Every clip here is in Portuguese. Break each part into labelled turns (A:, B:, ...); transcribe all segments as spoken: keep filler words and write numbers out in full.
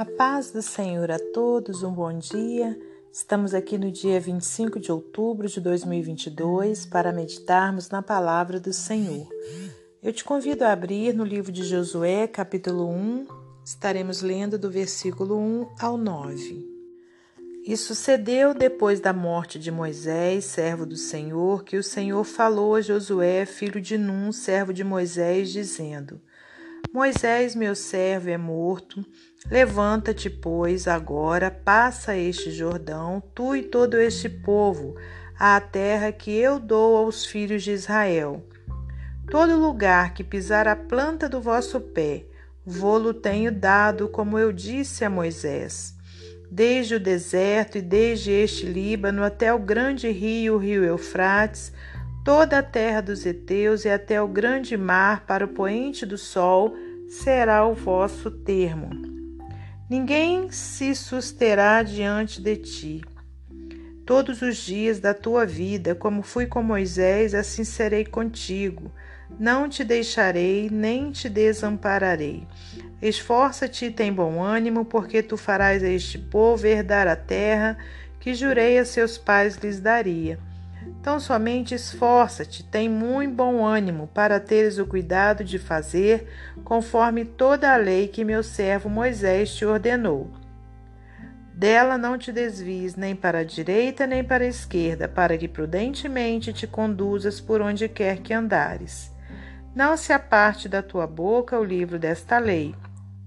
A: A paz do Senhor a todos, um bom dia. Estamos aqui no dia vinte e cinco de outubro de dois mil e vinte e dois para meditarmos na palavra do Senhor. Eu te convido a abrir no livro de Josué, capítulo um, estaremos lendo do versículo um ao nove. E sucedeu depois da morte de Moisés, servo do Senhor, que o Senhor falou a Josué, filho de Num, servo de Moisés, dizendo: Moisés, meu servo, é morto. Levanta-te, pois, agora, passa este Jordão, tu e todo este povo, à terra que eu dou aos filhos de Israel. Todo lugar que pisar a planta do vosso pé, vô-lo tenho dado, como eu disse a Moisés. Desde o deserto e desde este Líbano até o grande rio, o rio Eufrates, toda a terra dos heteus e até o grande mar para o poente do sol será o vosso termo. Ninguém se susterá diante de ti. Todos os dias da tua vida, como fui com Moisés, assim serei contigo. Não te deixarei, nem te desampararei. Esforça-te e tem bom ânimo, porque tu farás a este povo herdar a terra que jurei a seus pais lhes daria. Então somente esforça-te, tem muito bom ânimo, para teres o cuidado de fazer conforme toda a lei que meu servo Moisés te ordenou. Dela não te desvies nem para a direita nem para a esquerda, para que prudentemente te conduzas por onde quer que andares. Não se aparte da tua boca o livro desta lei.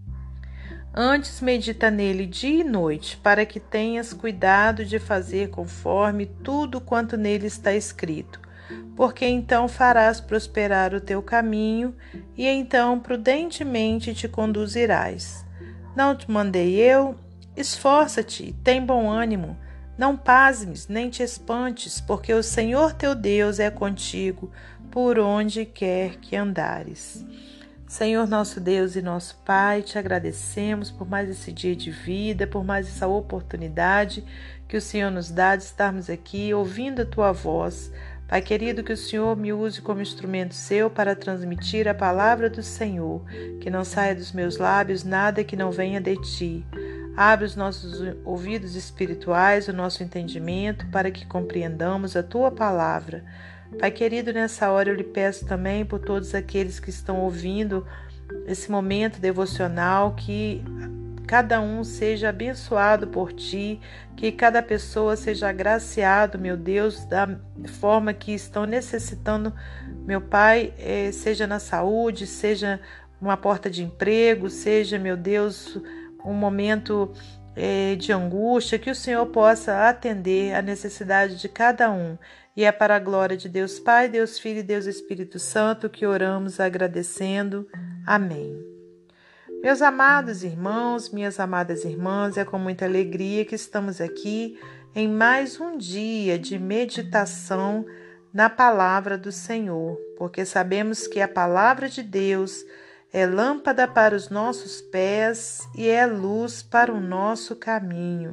A: Antes medita nele dia e noite, para que tenhas cuidado de fazer conforme tudo quanto nele está escrito, porque então farás prosperar o teu caminho, e então prudentemente te conduzirás. Não te mandei eu? Esforça-te, tem bom ânimo, não pasmes, nem te espantes, porque o Senhor teu Deus é contigo, por onde quer que andares. Senhor nosso Deus e nosso Pai, te agradecemos por mais esse dia de vida, por mais essa oportunidade que o Senhor nos dá de estarmos aqui ouvindo a Tua voz. Pai querido, que o Senhor me use como instrumento seu para transmitir a palavra do Senhor, que não saia dos meus lábios nada que não venha de Ti. Abre os nossos ouvidos espirituais, o nosso entendimento, para que compreendamos a Tua palavra. Pai querido, nessa hora eu lhe peço também por todos aqueles que estão ouvindo esse momento devocional, que cada um seja abençoado por Ti, que cada pessoa seja agraciado, meu Deus, da forma que estão necessitando, meu Pai, eh, seja na saúde, seja uma porta de emprego, seja, meu Deus, um momento eh, de angústia, que o Senhor possa atender a necessidade de cada um. E é para a glória de Deus Pai, Deus Filho e Deus Espírito Santo que oramos agradecendo. Amém. Meus amados irmãos, minhas amadas irmãs, é com muita alegria que estamos aqui em mais um dia de meditação na palavra do Senhor, porque sabemos que a palavra de Deus é lâmpada para os nossos pés e é luz para o nosso caminho.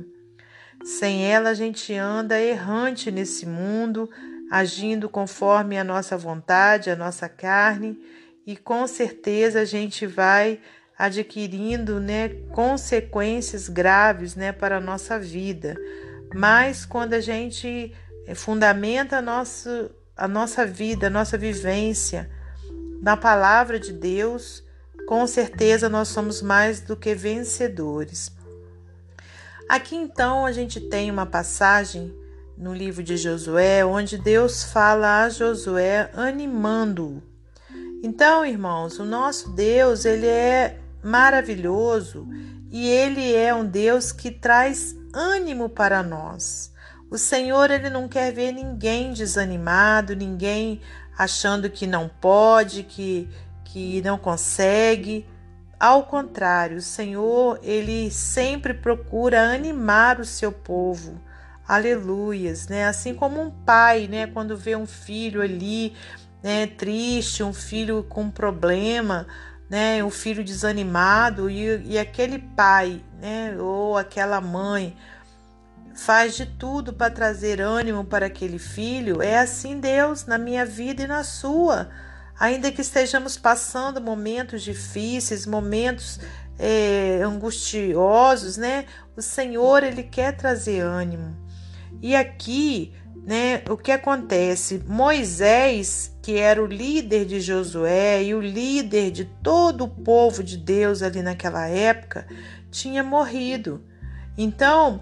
A: Sem ela a gente anda errante nesse mundo, agindo conforme a nossa vontade, a nossa carne, e com certeza a gente vai adquirindo, né, consequências graves, né, para a nossa vida. Mas quando a gente fundamenta a nossa, a nossa vida, a nossa vivência na palavra de Deus, com certeza nós somos mais do que vencedores. Aqui então a gente tem uma passagem no livro de Josué, onde Deus fala a Josué animando-o. Então, irmãos, o nosso Deus, ele é maravilhoso e ele é um Deus que traz ânimo para nós. O Senhor, ele não quer ver ninguém desanimado, ninguém achando que não pode, que, que não consegue. Ao contrário, o Senhor, ele sempre procura animar o seu povo. Aleluias, né? Assim como um pai, né, quando vê um filho ali, né, triste, um filho com problema, né, um filho desanimado, e, e aquele pai, né, ou aquela mãe faz de tudo para trazer ânimo para aquele filho. É assim Deus na minha vida e na sua. Ainda que estejamos passando momentos difíceis, momentos é, angustiosos, né? O Senhor, Ele quer trazer ânimo. E aqui, né, o que acontece? Moisés, que era o líder de Josué e o líder de todo o povo de Deus ali naquela época, tinha morrido. Então,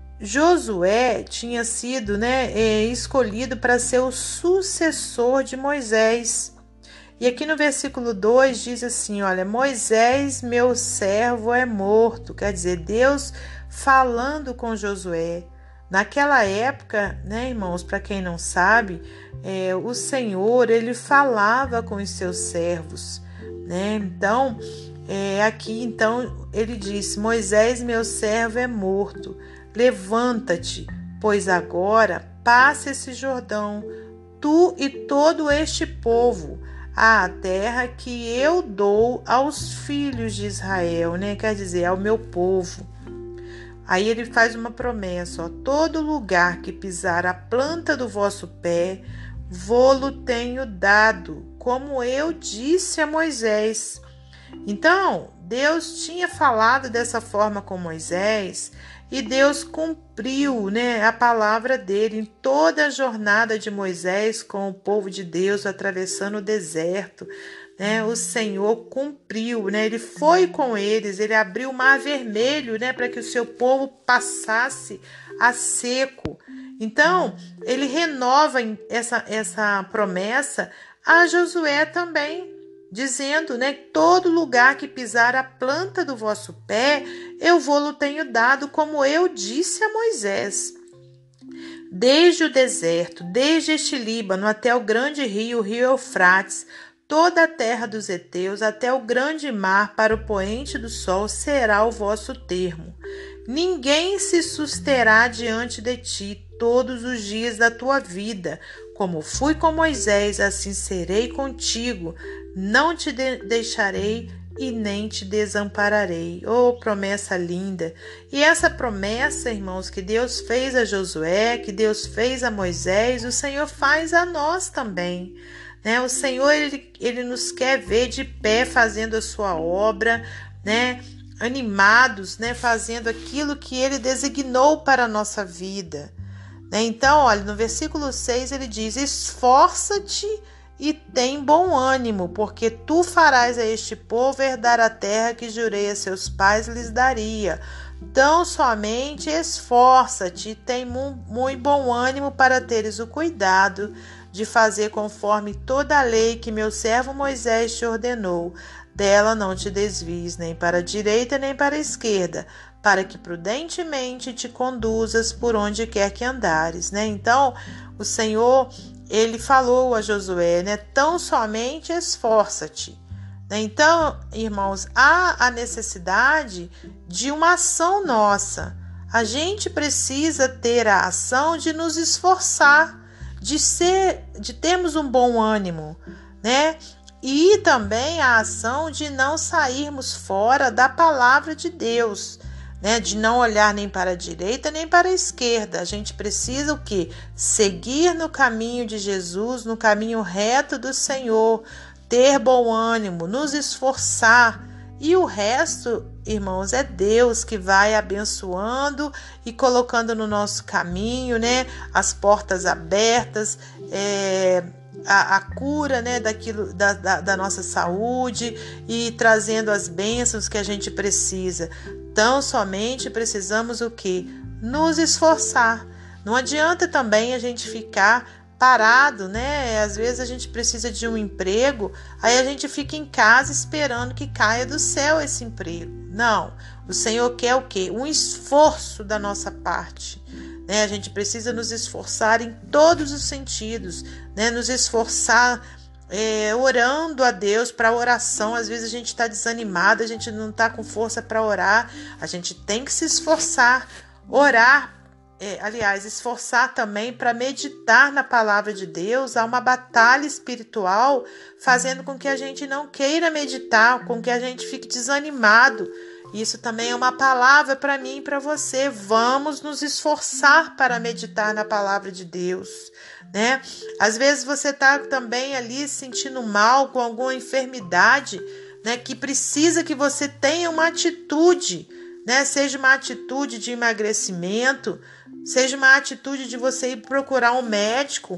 A: Josué tinha sido, né, é, escolhido para ser o sucessor de Moisés. E aqui no versículo dois diz assim, olha, Moisés, meu servo, é morto. Quer dizer, Deus falando com Josué. Naquela época, né, irmãos, para quem não sabe, é, o Senhor, ele falava com os seus servos, né? Então, é, aqui, então, ele disse, Moisés, meu servo, é morto. Levanta-te, pois agora passa esse Jordão, tu e todo este povo, à terra que eu dou aos filhos de Israel, né? Quer dizer, ao meu povo. Aí ele faz uma promessa, ó, todo lugar que pisar a planta do vosso pé, vô-lo tenho dado, como eu disse a Moisés. Então, Deus tinha falado dessa forma com Moisés e Deus cumpriu, né, a palavra dele em toda a jornada de Moisés com o povo de Deus atravessando o deserto. Né, o Senhor cumpriu, né, ele foi com eles, ele abriu o mar vermelho, né, para que o seu povo passasse a seco. Então, ele renova essa, essa promessa a Josué também, dizendo, né, todo lugar que pisar a planta do vosso pé, eu vô-lo tenho dado, como eu disse a Moisés. Desde o deserto, desde este Líbano até o grande rio, o rio Eufrates, toda a terra dos heteus, até o grande mar, para o poente do sol, será o vosso termo. Ninguém se susterá diante de ti todos os dias da tua vida. Como fui com Moisés, assim serei contigo. Não te de- deixarei e nem te desampararei. Oh, promessa linda! E essa promessa, irmãos, que Deus fez a Josué, que Deus fez a Moisés, o Senhor faz a nós também. Né? O Senhor, ele, ele nos quer ver de pé fazendo a sua obra, né? Animados, né? Fazendo aquilo que Ele designou para a nossa vida. Né? Então, olha, no versículo seis ele diz, esforça-te e tem bom ânimo, porque tu farás a este povo herdar a terra que jurei a seus pais lhes daria. Então, somente esforça-te e tem muito bom ânimo para teres o cuidado de fazer conforme toda a lei que meu servo Moisés te ordenou. Dela não te desvies nem para a direita nem para a esquerda, para que prudentemente te conduzas por onde quer que andares. Né? Então, o Senhor, ele falou a Josué, né? Tão somente esforça-te. Né? Então, irmãos, há a necessidade de uma ação nossa. A gente precisa ter a ação de nos esforçar, de ser, de termos um bom ânimo, né? E também a ação de não sairmos fora da palavra de Deus, né? De não olhar nem para a direita nem para a esquerda. A gente precisa o quê? Seguir no caminho de Jesus, no caminho reto do Senhor, ter bom ânimo, nos esforçar. E o resto, irmãos, é Deus que vai abençoando e colocando no nosso caminho, né, as portas abertas, é, a, a cura, né, daquilo, da, da, da nossa saúde e trazendo as bênçãos que a gente precisa. Então, somente precisamos o quê? Nos esforçar. Não adianta também a gente ficar parado, né? Às vezes a gente precisa de um emprego, aí a gente fica em casa esperando que caia do céu esse emprego. Não, o Senhor quer o quê? Um esforço da nossa parte, né? A gente precisa nos esforçar em todos os sentidos, né? Nos esforçar é, orando a Deus para oração. Às vezes a gente está desanimado, a gente não está com força para orar, a gente tem que se esforçar, orar. É, aliás, esforçar também para meditar na palavra de Deus. Há uma batalha espiritual fazendo com que a gente não queira meditar, com que a gente fique desanimado. Isso também é uma palavra para mim e para você. Vamos nos esforçar para meditar na palavra de Deus, né? Às vezes você está também ali se sentindo mal com alguma enfermidade. né, que precisa que você tenha uma atitude, né, seja uma atitude de emagrecimento, seja uma atitude de você ir procurar um médico.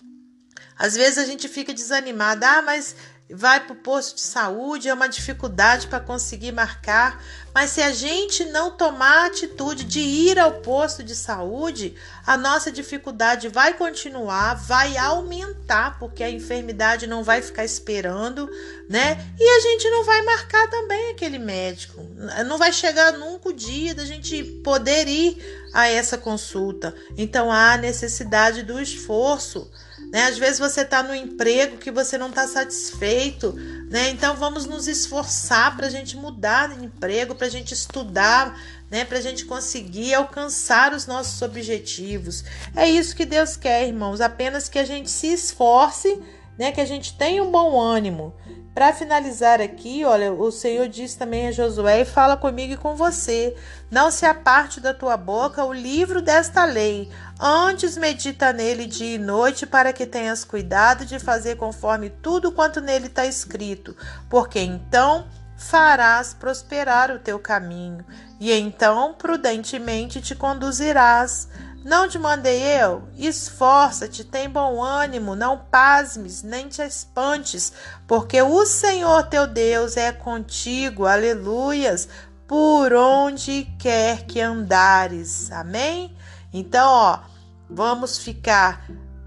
A: Às vezes a gente fica desanimada, ah, mas vai para o posto de saúde, é uma dificuldade para conseguir marcar. Mas se a gente não tomar a atitude de ir ao posto de saúde, a nossa dificuldade vai continuar, vai aumentar, porque a enfermidade não vai ficar esperando, né? E a gente não vai marcar também aquele médico. Não vai chegar nunca o dia da gente poder ir a essa consulta. Então há necessidade do esforço. Né? Às vezes você está no emprego que você não está satisfeito, né? Então vamos nos esforçar para a gente mudar de emprego, para a gente estudar, né? Para a gente conseguir alcançar os nossos objetivos. É isso que Deus quer, irmãos, apenas que a gente se esforce, né? Que a gente tenha um bom ânimo. Para finalizar aqui, olha, o Senhor diz também a Josué e fala comigo e com você: não se aparte da tua boca o livro desta lei, antes medita nele dia e noite, para que tenhas cuidado de fazer conforme tudo quanto nele está escrito, porque então farás prosperar o teu caminho, e então prudentemente te conduzirás. Não te mandei eu? Esforça-te, tem bom ânimo, não pasmes, nem te espantes, porque o Senhor teu Deus é contigo, aleluias, por onde quer que andares, amém? Então, ó, vamos ficar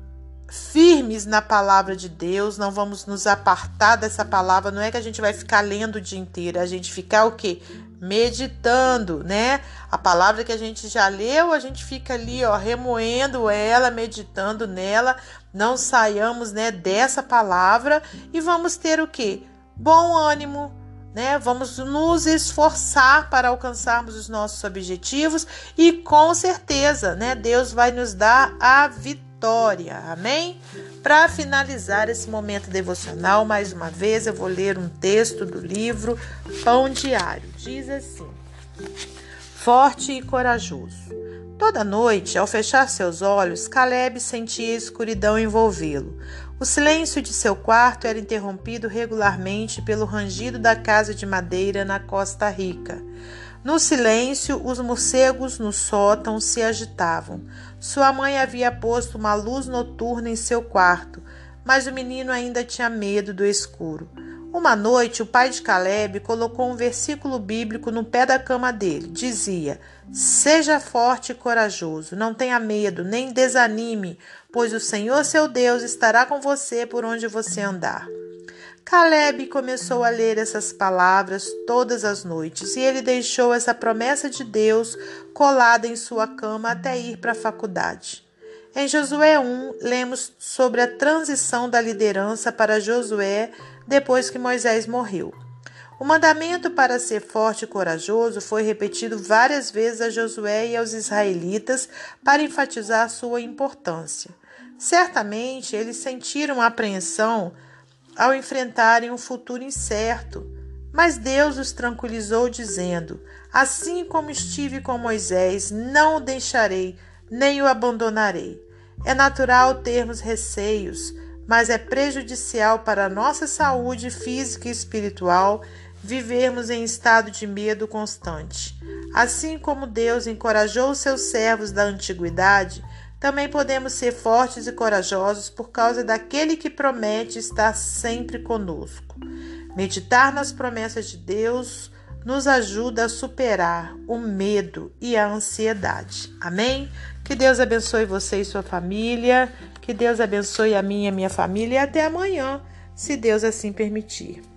A: firmes na palavra de Deus, não vamos nos apartar dessa palavra, não é que a gente vai ficar lendo o dia inteiro, a gente ficar o quê? Meditando, né? A palavra que a gente já leu, a gente fica ali, ó, remoendo ela, meditando nela, não saiamos, né, dessa palavra e vamos ter o quê? Bom ânimo, né? Vamos nos esforçar para alcançarmos os nossos objetivos e com certeza, né, Deus vai nos dar a vitória, amém? Para finalizar esse momento devocional, mais uma vez eu vou ler um texto do livro Pão Diário. Diz assim: forte e corajoso. Toda noite, ao fechar seus olhos, Caleb sentia a escuridão envolvê-lo. O silêncio de seu quarto era interrompido regularmente pelo rangido da casa de madeira na Costa Rica. No silêncio, os morcegos no sótão se agitavam. Sua mãe havia posto uma luz noturna em seu quarto, mas o menino ainda tinha medo do escuro. Uma noite, o pai de Caleb colocou um versículo bíblico no pé da cama dele. Dizia: seja forte e corajoso, não tenha medo, nem desanime, pois o Senhor seu Deus estará com você por onde você andar. Caleb começou a ler essas palavras todas as noites e ele deixou essa promessa de Deus colada em sua cama até ir para a faculdade. Em Josué um, lemos sobre a transição da liderança para Josué depois que Moisés morreu. O mandamento para ser forte e corajoso foi repetido várias vezes a Josué e aos israelitas para enfatizar sua importância. Certamente eles sentiram apreensão ao enfrentarem um futuro incerto, mas Deus os tranquilizou dizendo: assim como estive com Moisés, não o deixarei, nem o abandonarei. É natural termos receios, mas é prejudicial para a nossa saúde física e espiritual vivermos em estado de medo constante. Assim como Deus encorajou os seus servos da antiguidade, também podemos ser fortes e corajosos por causa daquele que promete estar sempre conosco. Meditar nas promessas de Deus nos ajuda a superar o medo e a ansiedade. Amém? Que Deus abençoe você e sua família. Que Deus abençoe a minha e a minha família. E até amanhã, se Deus assim permitir.